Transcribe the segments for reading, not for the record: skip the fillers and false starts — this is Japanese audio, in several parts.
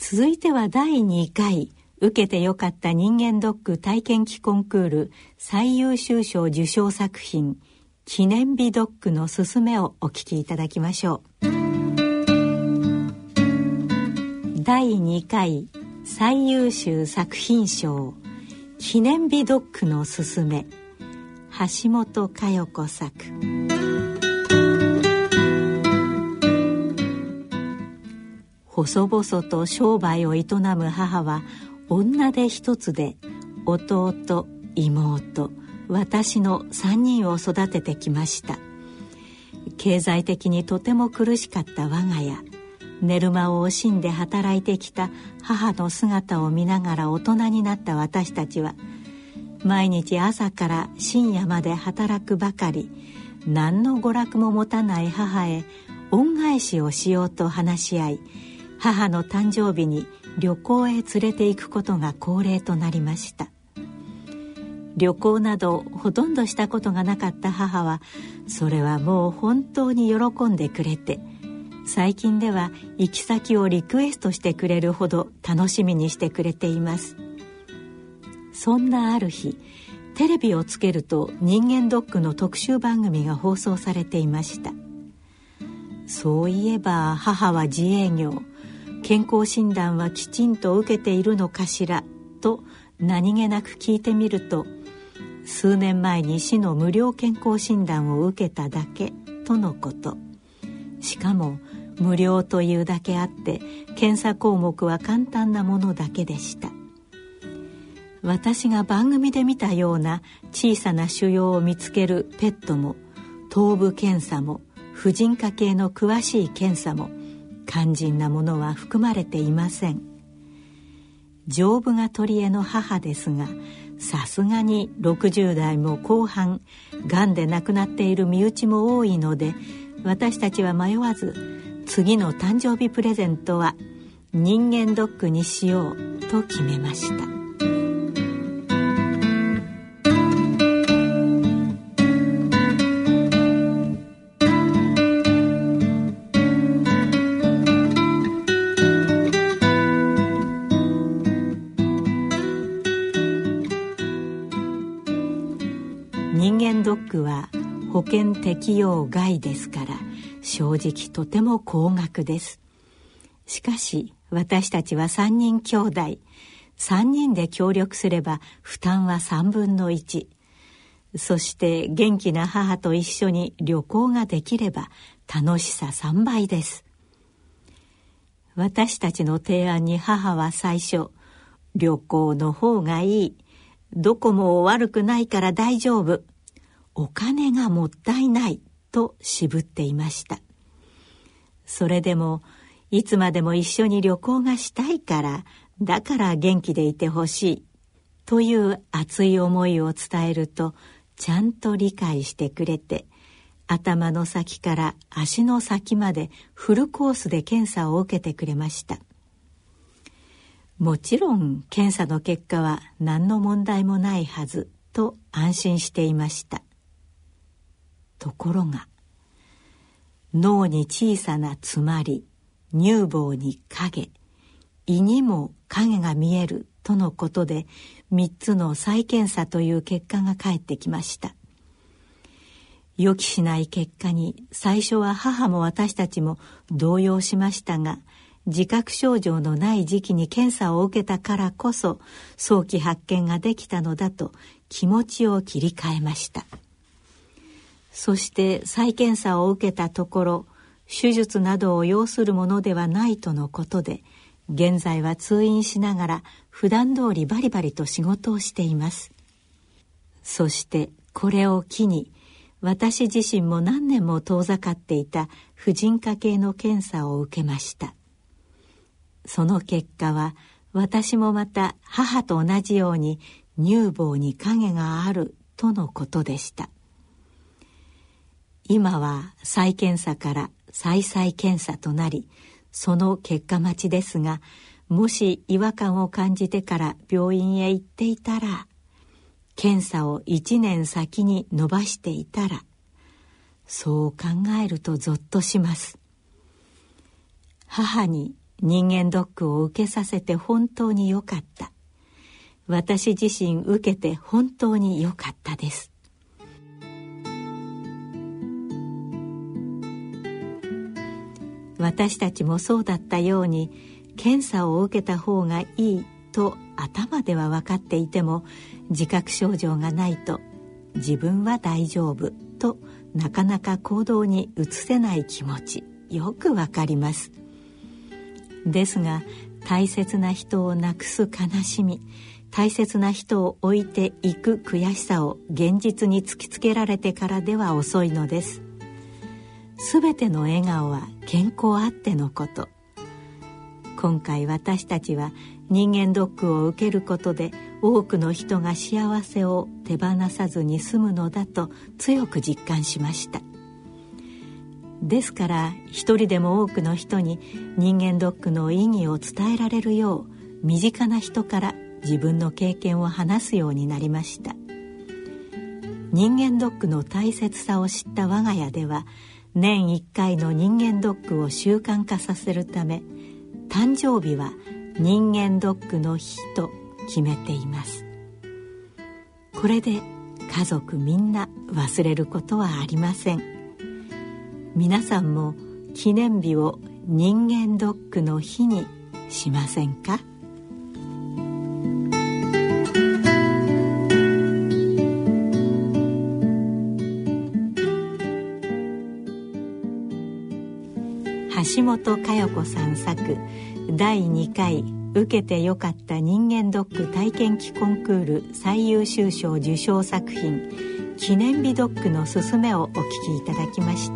続いては第2回受けてよかった人間ドック体験記コンクール最優秀賞受賞作品記念日ドッグのすすめをお聞きいただきましょう。第2回最優秀作品賞記念日ドッグのすすめ、橋本佳代子作。細々と商売を営む母は女手一つで弟、妹、私の3人を育ててきました。経済的にとても苦しかった我が家、寝る間を惜しんで働いてきた母の姿を見ながら大人になった私たちは、毎日朝から深夜まで働くばかり、何の娯楽も持たない母へ恩返しをしようと話し合い、母の誕生日に旅行へ連れて行くことが恒例となりました。旅行などほとんどしたことがなかった母は、それはもう本当に喜んでくれて、最近では行き先をリクエストしてくれるほど楽しみにしてくれています。そんなある日、テレビをつけると人間ドックの特集番組が放送されていました。そういえば母は自営業、健康診断はきちんと受けているのかしらと何気なく聞いてみると、数年前に市の無料健康診断を受けただけとのこと。しかも無料というだけあって検査項目は簡単なものだけでした。私が番組で見たような小さな腫瘍を見つけるペットも、頭部検査も婦人科系の詳しい検査も肝心なものは含まれていません。丈夫が取り柄の母ですが、さすがに60代も後半、がんで亡くなっている身内も多いので、私たちは迷わず次の誕生日プレゼントは人間ドックにしようと決めました。人間ドックは保険適用外ですから、正直とても高額です。しかし私たちは3人兄弟、3人で協力すれば負担は3分の1。そして元気な母と一緒に旅行ができれば楽しさ3倍です。私たちの提案に母は最初、旅行の方がいい、どこも悪くないから大丈夫、お金がもったいないと渋っていました。それでもいつまでも一緒に旅行がしたいから、だから元気でいてほしいという熱い思いを伝えると、ちゃんと理解してくれて、頭の先から足の先までフルコースで検査を受けてくれました。もちろん検査の結果は何の問題もないはずと安心していました。ところが、脳に小さな詰まり、乳房に影、胃にも影が見えるとのことで、3つの再検査という結果が返ってきました。予期しない結果に最初は母も私たちも動揺しましたが、自覚症状のない時期に検査を受けたからこそ早期発見ができたのだと気持ちを切り替えました。そして再検査を受けたところ、手術などを要するものではないとのことで、現在は通院しながら普段通りバリバリと仕事をしています。そしてこれを機に、私自身も何年も遠ざかっていた婦人科系の検査を受けました。その結果は、私もまた母と同じように乳房に影があるとのことでした。今は再検査から再々検査となり、その結果待ちですが、もし違和感を感じてから病院へ行っていたら、検査を1年先に延ばしていたら、そう考えるとゾッとします。母に人間ドックを受けさせて本当によかった。私自身受けて本当によかったです。私たちもそうだったように、検査を受けた方がいいと頭では分かっていても、自覚症状がないと自分は大丈夫となかなか行動に移せない気持ち、よくわかります。ですが、大切な人を亡くす悲しみ、大切な人を置いていく悔しさを現実に突きつけられてからでは遅いのです。すべての笑顔は健康あってのこと。今回私たちは人間ドックを受けることで、多くの人が幸せを手放さずに済むのだと強く実感しました。ですから、一人でも多くの人に人間ドックの意義を伝えられるよう、身近な人から自分の経験を話すようになりました。人間ドックの大切さを知った我が家では、年1回の人間ドックを習慣化させるため、誕生日は人間ドックの日と決めています。これで家族みんな忘れることはありません。皆さんも記念日を人間ドックの日にしませんか？橋本佳代子さん作、第2回受けてよかった人間ドック体験記コンクール最優秀賞受賞作品、記念日ドックのすすめをお聞きいただきました。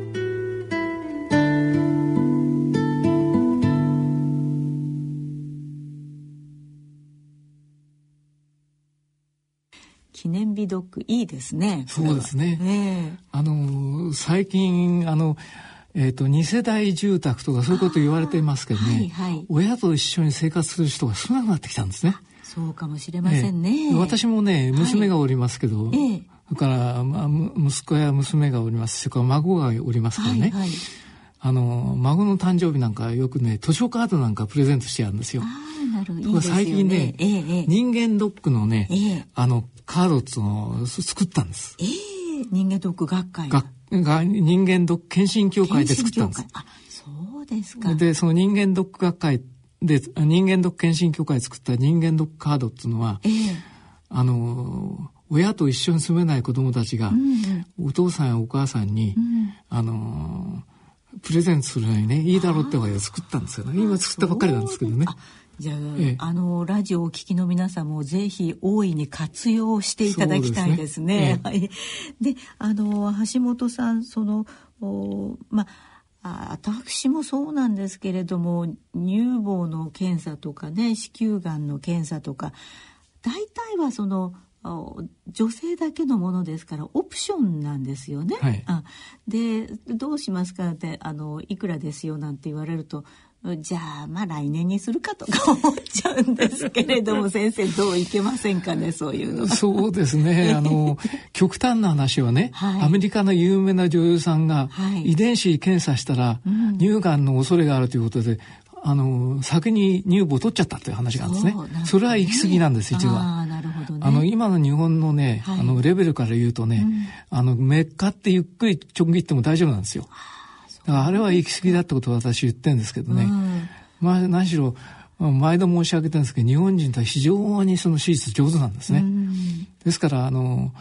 記念日ドックいいですね。 そうですね。最近2世代住宅とかそういうこと言われていますけどね、はいはい、親と一緒に生活する人が少なくなってきたんですね。 そうかもしれませんね。 私もね、娘がおりますけど、それから、息子や娘がおりますし、それから孫がおりますからね、はいはい、孫の誕生日なんかよくね、図書カードなんかプレゼントしてやるんですよ。 なるほど、いいですよね。 最近ね、人間ドックのね、カードっていうのを作ったんです。 人間ドック学会人間ドック検診協会で作ったんです。 あ、そうですか。 で、その人間ドック学会で、人間ドック検診協会で作った人間ドックカードっていうのは、親と一緒に住めない子供たちが、お父さんやお母さんに、プレゼントするのにね、いいだろうってわけで作ったんですよね。今作ったばっかりなんですけどね。 じゃあ、ラジオをお聞きの皆さんもぜひ大いに活用していただきたいですね。はい。で、橋本さん、私もそうなんですけれども、乳房の検査とかね、子宮がんの検査とか、大体は女性だけのものですからオプションなんですよね。はい、で、どうしますかって、いくらですよなんて言われると、じゃあ来年にするかとか思っちゃうんですけれども先生、どういけませんかね、そういうの。 そうですね、極端な話はね、はい、アメリカの有名な女優さんが遺伝子検査したら、乳がんの恐れがあるということで、先に乳房を取っちゃったという話なんですね。それは行き過ぎなんです、一応は。 なるほどね。 今の日本のね、レベルから言うとね、メッカってゆっくりちょん切っても大丈夫なんですよ。だからあれは行き過ぎだってことを私言ってるんですけどね、何しろ毎度申し上げてるんですけど、日本人とは非常にその手術上手なんですね。ですから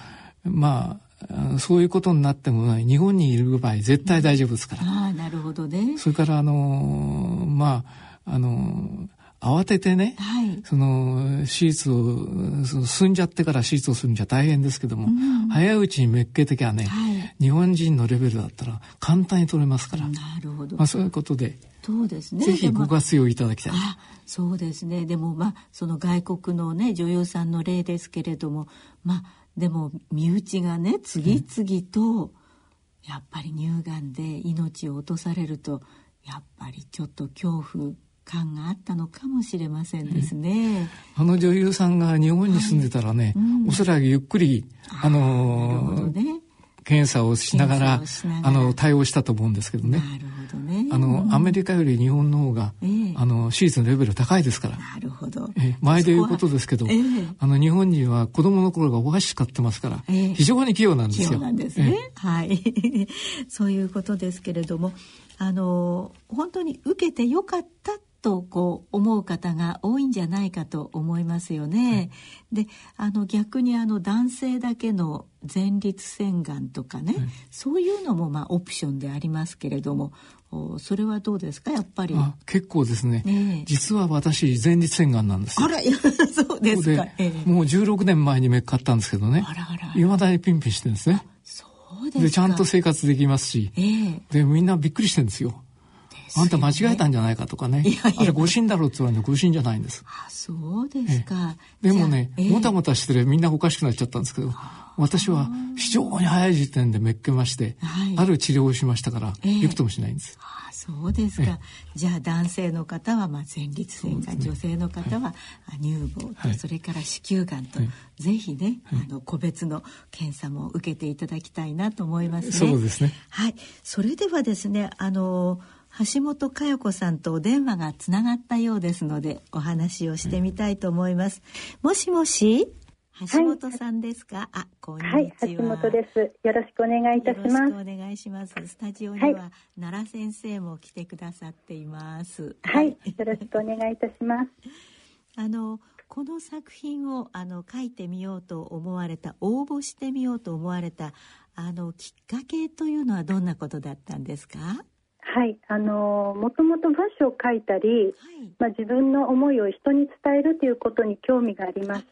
そういうことになっても日本にいる場合絶対大丈夫ですから。 なるほどね。 それから慌ててね、はい、手術を済んじゃってから手術をするんじゃ大変ですけども、早いうちにめっけてきゃね、はい、日本人のレベルだったら簡単に取れますから。 なるほど。 そういうことで、 そうですね、 ぜひご活用いただきたい。 そうですね。でもその外国のね、女優さんの例ですけれども、でも身内がね、次々とやっぱり乳がんで命を落とされると、やっぱりちょっと恐怖感があったのかもしれませんですね。 女優さんが日本に住んでたらね、おそらくゆっくり、検検査をしながら対応したと思うんですけどね。 なるほどね。 アメリカより日本の方が、手術のレベル高いですから。 なるほど。 前で言うことですけど、日本人は子供の頃がお菓子買ってますから、非常に器用なんですよ。 器用なんですね。はい。そういうことですけれども、本当に受けてよかったと思う方が多いんじゃないかと思いますよね。で、逆に男性だけの前立腺がんとかね、そういうのもオプションでありますけれども、それはどうですか、やっぱり。 結構ですね。実は私前立腺がんなんですよ。 あら、そうですか。 もう16年前に買ったんですけどね。未だにピンピンしてるんですね。 そうですか。 でちゃんと生活できますし、でみんなびっくりしてるんですよ。あんた間違えたんじゃないかとかね。あれ誤診だろうって言われるの誤診じゃないんです。 そうですか。 でもね、もたもたしてみんなおかしくなっちゃったんですけど、私は非常に早い時点でめっけまして、ある治療をしましたからびくともしないんです。 そうですか。じゃあ男性の方は前立腺がん、女性の方は乳房と、それから子宮がんと、ぜひね、個別の検査も受けていただきたいなと思いますね。 そうですね。 はい。それではですね、橋本佳代子さんとお電話がつながったようですので、お話をしてみたいと思います。もしもし、橋本さんですか。こんにちは。 はい、橋本です。よろしくお願いいたします。 よろしくお願いします。スタジオには奈良先生も来てくださっています。 はい、よろしくお願いいたします。 この作品を書いてみようと思われた、応募してみようと思われたきっかけというのはどんなことだったんですか？ はい、もともと文章を書いたり、自分の思いを人に伝えるということに興味がありまして、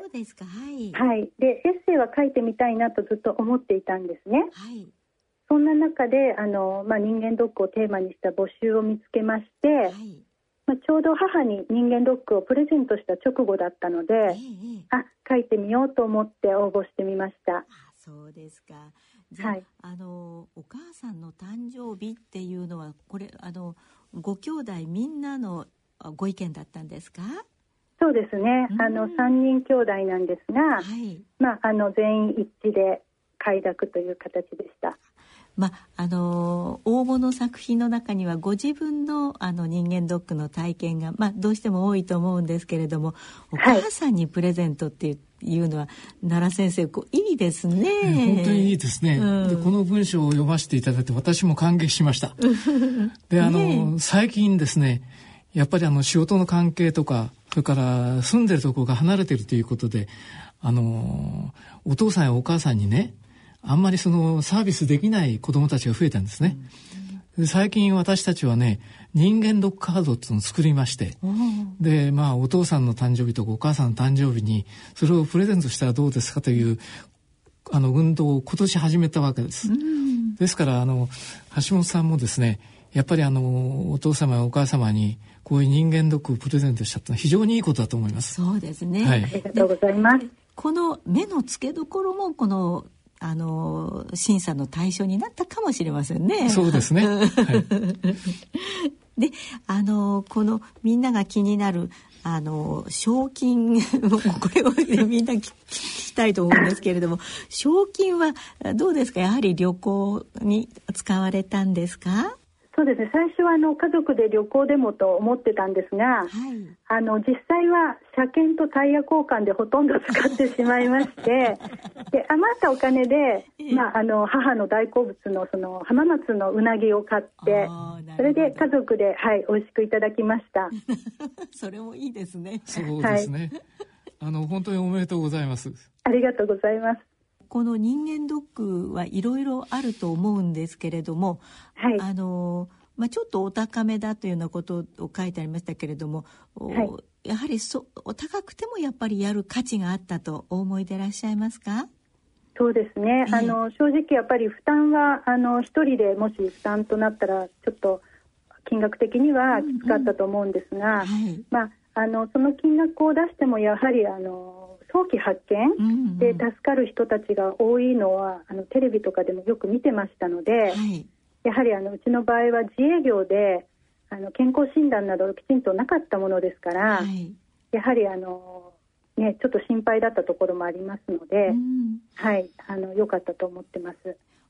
そうですか。 でエッセイは書いてみたいなとずっと思っていたんですね。そんな中で人間ドックをテーマにした募集を見つけまして、ちょうど母に人間ドックをプレゼントした直後だったので、書いてみようと思って応募してみました。 そうですか。じゃあ、お母さんの誕生日っていうのはこれご兄弟みんなのご意見だったんですか？ そうですね。3人兄弟なんですが、全員一致で快諾という形でした。 応募の作品の中にはご自分の人間ドックの体験が、どうしても多いと思うんですけれども、お母さんにプレゼントっていうのは、奈良先生いいですね。 本当にいいですね。でこの文章を読ませていただいて私も感激しました。で最近ですね、やっぱり仕事の関係とか、それから住んでるところが離れてるということで、お父さんやお母さんにね、あんまりサービスできない子どもたちが増えたんですね。で最近私たちはね、人間ドックカードっていうのを作りまして、でお父さんの誕生日とかお母さんの誕生日にそれをプレゼントしたらどうですかという運動を今年始めたわけです。ですから橋本さんもですね、やっぱりお父様やお母様にこういう人間ドックをプレゼントしたってのは非常にいいことだと思います。 そうですね。 ありがとうございます。 この目の付けどころもこの審査の対象になったかもしれませんね。 そうですね。 で、このみんなが気になる賞金これをみんな聞きたいと思うんですけれども、賞金はどうですか？やはり旅行に使われたんですか？ そうですね。最初は家族で旅行でもと思ってたんですが、実際は車検とタイヤ交換でほとんど使ってしまいましてで余ったお金で、母の大好物のその浜松のうなぎを買って、それで家族で、美味しくいただきました。 それもいいですね。 そうですね。本当におめでとうございます。 ありがとうございます。 この人間ドックはいろいろあると思うんですけれども、ちょっとお高めだというようなことを書いてありましたけれども、やはりお高くてもやっぱりやる価値があったとお思いでいらっしゃいますか？ そうですね。正直やっぱり負担は一人でもし負担となったらちょっと金額的にはきつかったと思うんですが、その金額を出してもやはり早期発見で助かる人たちが多いのはテレビとかでもよく見てましたので、やはりうちの場合は自営業で健康診断などきちんとなかったものですから、やはりちょっと心配だったところもありますので、良かったと思ってます。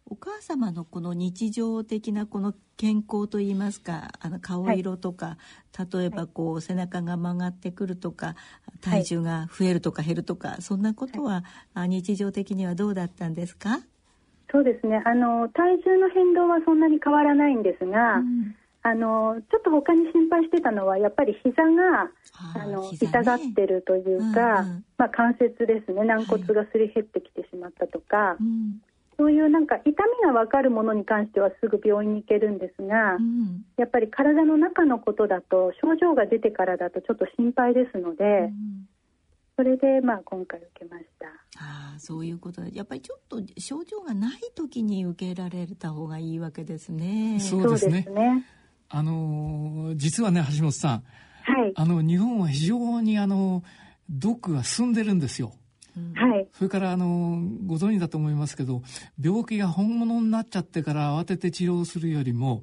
お母様のこの日常的なこの健康といいますか、顔色とか、例えばこう背中が曲がってくるとか、体重が増えるとか減るとか、そんなことは日常的にはどうだったんですか？ そうですね、体重の変動はそんなに変わらないんですが、ちょっと他に心配してたのはやっぱり膝が痛がってるというか、関節ですね、軟骨がすり減ってきてしまったとか、そういうなんか痛みが分かるものに関してはすぐ病院に行けるんですが、やっぱり体の中のことだと、症状が出てからだとちょっと心配ですので、それで今回受けました。 そういうことで、やっぱりちょっと症状がない時に受けられた方がいいわけですね。 そうですね。実はね、橋本さん、日本は非常に毒が進んでるんですよ。それからご存知だと思いますけど、病気が本物になっちゃってから慌てて治療するよりも、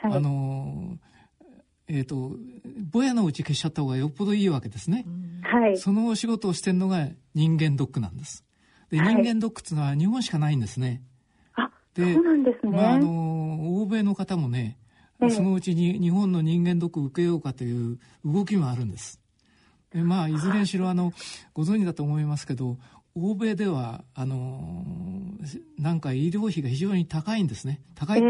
ぼやのうち消しちゃった方がよっぽどいいわけですね。そのお仕事をしてるのが人間ドックなんです。で、人間ドックっていうのは日本しかないんですね。 で、そうなんですね。 欧米の方もね、そのうちに日本の人間ドックを受けようかという動きもあるんです。で、いずれにしろご存知だと思いますけど、欧米ではなんか医療費が非常に高いんですね。高いって、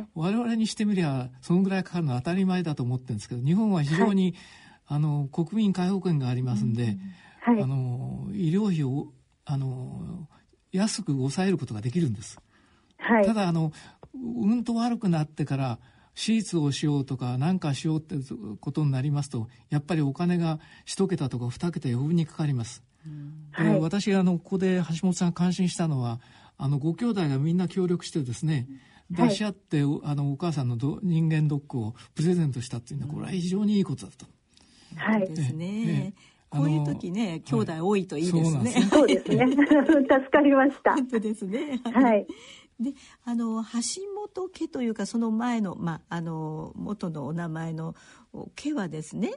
我々にしてみりゃそのぐらいかかるのは当たり前だと思ってるんですけど、日本は非常に、国民皆保険がありますんで、医療費を安く抑えることができるんです。ただうんと悪くなってから手術をしようとか何かしようってことになりますと、やっぱりお金が1桁とか2桁余分にかかります。私がここで橋本さんが感心したのは、ご兄弟がみんな協力してですね、出し合ってお母さんの人間ドックをプレゼントしたっていうのは、これは非常にいいことだと。 ですね。こういう時ね、兄弟多いといいですね。 そうですね。助かりました。 本当ですね。で、橋本家というか、その前の、元のお名前の家はですね、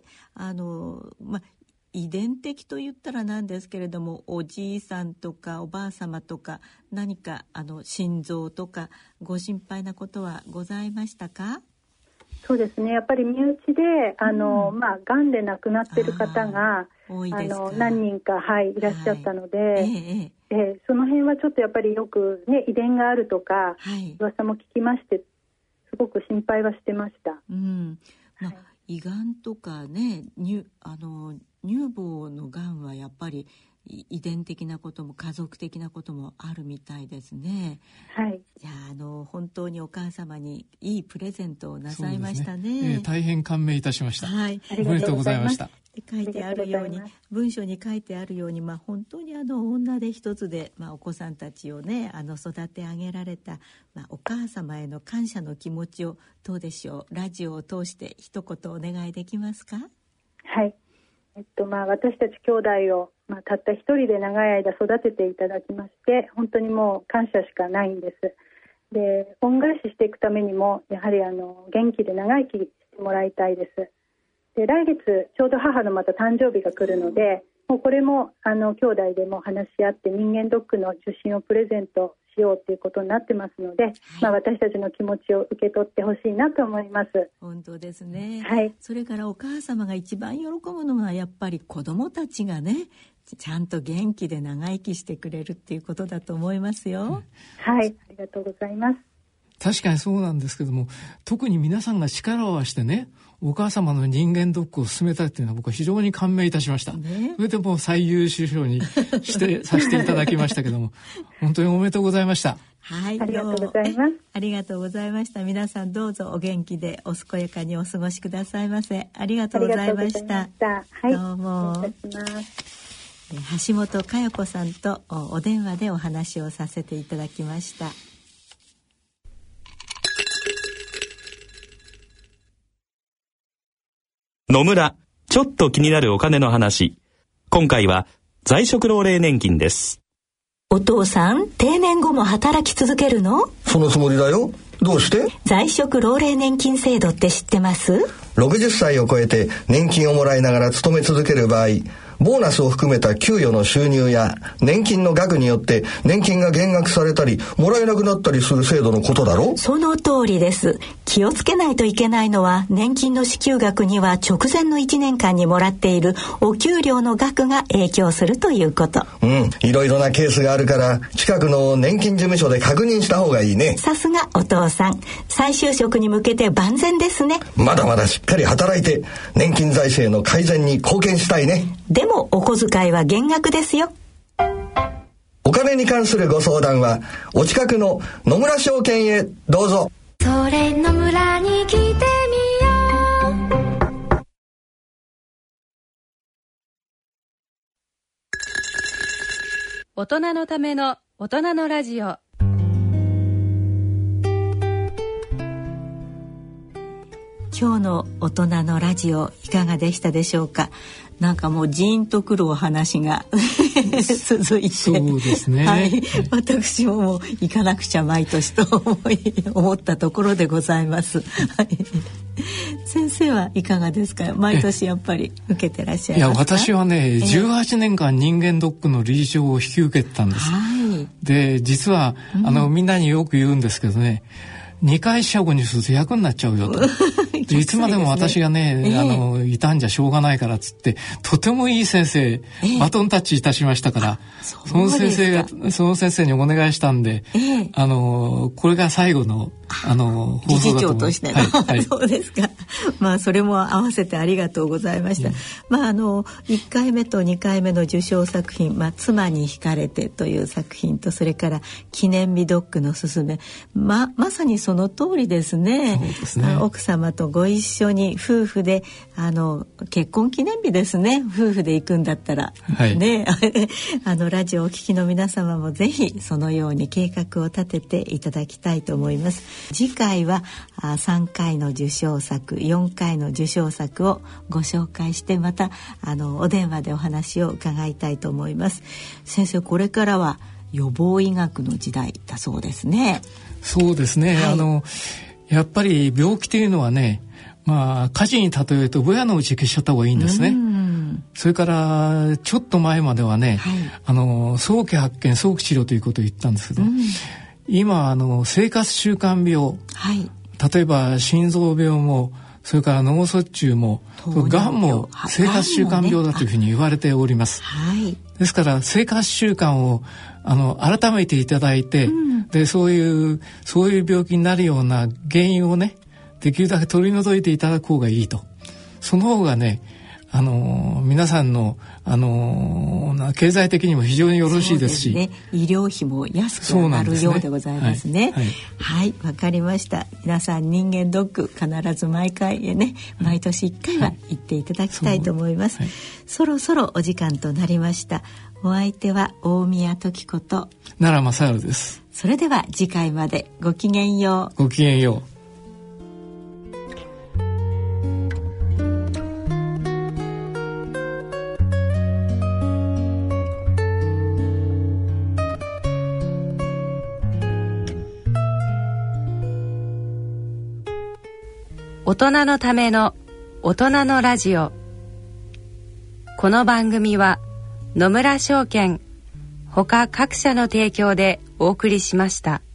遺伝的と言ったらなんですけれども、おじいさんとかおばあ様とか、何か心臓とかご心配なことはございましたか？ そうですね、やっぱり身内でがんで亡くなっている方が何人か、いらっしゃったので、その辺はちょっとやっぱりよく、遺伝があるとか、噂も聞きまして、すごく心配はしてました。 胃がんとかね、乳房のがんはやっぱり遺伝的なことも家族的なこともあるみたいですね。じゃあ本当にお母様にいいプレゼントをなさいましたね。 大変感銘いたしました。おめでとうございました。 書いてあるように、文章に書いてあるように、本当に女手一つで、お子さんたちをね育て上げられた、お母様への感謝の気持ちをどうでしょう、ラジオを通して一言お願いできますか？ 私たち兄弟を、たった一人で長い間育てていただきまして、本当にもう感謝しかないんです。で、恩返ししていくためにもやはり元気で長生きしてもらいたいです。で、来月ちょうど母のまた誕生日が来るので、もうこれも兄弟でも話し合って人間ドックの受診をプレゼントしようということになってますので、私たちの気持ちを受け取ってほしいなと思います。 本当ですね。それからお母様が一番喜ぶのはやっぱり子どもたちがね、ちゃんと元気で長生きしてくれるっていうことだと思いますよ。 ありがとうございます。 確かにそうなんですけども、特に皆さんが力を合わせてね、お母様の人間ドックを進めたっていうのは僕は非常に感銘いたしました。それでもう最優秀賞にさせていただきましたけども、本当におめでとうございました。 ありがとうございます。 ありがとうございました。皆さんどうぞお元気でお健やかにお過ごしくださいませ。ありがとうございました。どうも。橋本佳代子さんとお電話でお話をさせていただきました。 野村、ちょっと気になるお金の話。今回は在職老齢年金です。 お父さん、定年後も働き続けるの？ そのつもりだよ。どうして？ 在職老齢年金制度って知ってます？ 60歳を超えて年金をもらいながら勤め続ける場合、 ボーナスを含めた給与の収入や年金の額によって年金が減額されたりもらえなくなったりする制度のことだろ。 その通りです。気をつけないといけないのは、年金の支給額には直前の1年間にもらっているお給料の額が影響するということ。 いろいろなケースがあるから近くの年金事務所で確認した方がいいね。 さすがお父さん、再就職に向けて万全ですね。 まだまだしっかり働いて年金財政の改善に貢献したいね。 でもお小遣いは減額ですよ。 お金に関するご相談はお近くの野村証券へどうぞ。 それ野村に来てみよう。 大人のための大人のラジオ。 今日の大人のラジオいかがでしたでしょうか。なんかもうジーンとくるお話が続いて、 そうですね、 はい、私ももう行かなくちゃ毎年と思ったところでございます、はい、先生はいかがですか。毎年やっぱり受けてらっしゃいますか。 いや私はね、18年間人間ドックの理事長を引き受けてたんです、はい、で実はみんなによく言うんですけどね、2回四捨五入すると役になっちゃうよといつまでも私がね、いたんじゃしょうがないからっつって、とてもいい先生、バトンタッチいたしましたから、その先生にお願いしたんで、これが最後の理事長としての、 はいそうですか。まあそれも合わせてありがとうございました、1回目と2回目の受賞作品、妻に惹かれてという作品と、それから記念日ドッグのすすめ、まさにその通りですね。 そうですね。 奥様とご一緒に夫婦で結婚記念日ですね、夫婦で行くんだったら、はい、ねラジオをお聞きの皆様もぜひそのように計画を立てていただきたいと思います。次回は3回の受賞作、4回の受賞作をご紹介して、またお電話でお話を伺いたいと思います。先生、これからは予防医学の時代だそうですね。 そうですね、はい、やっぱり病気というのはね、火事に例えるとぼやのうち消しちゃった方がいいんですね。それからちょっと前まではね、はい、早期発見早期治療ということを言ったんですけど、今生活習慣病、はい、例えば心臓病もそれから脳卒中もがんも生活習慣病だというふうに言われております、はい、ですから生活習慣を改めていただいて、でそういう病気になるような原因をね、できるだけ取り除いていただく方がいいと。その方がね、皆さんの経済的にも非常によろしいですし、 そうですね、医療費も安くなるようでございますね。はい、わかりました。皆さん人間ドック必ず毎回ね、毎年1回は行っていただきたいと思います、はい、そろそろお時間となりました。お相手は大宮時子と奈良正治です。 それでは次回までごきげんよう。 ごきげんよう。 大人のための大人のラジオ。この番組は野村証券ほか各社の提供でお送りしました。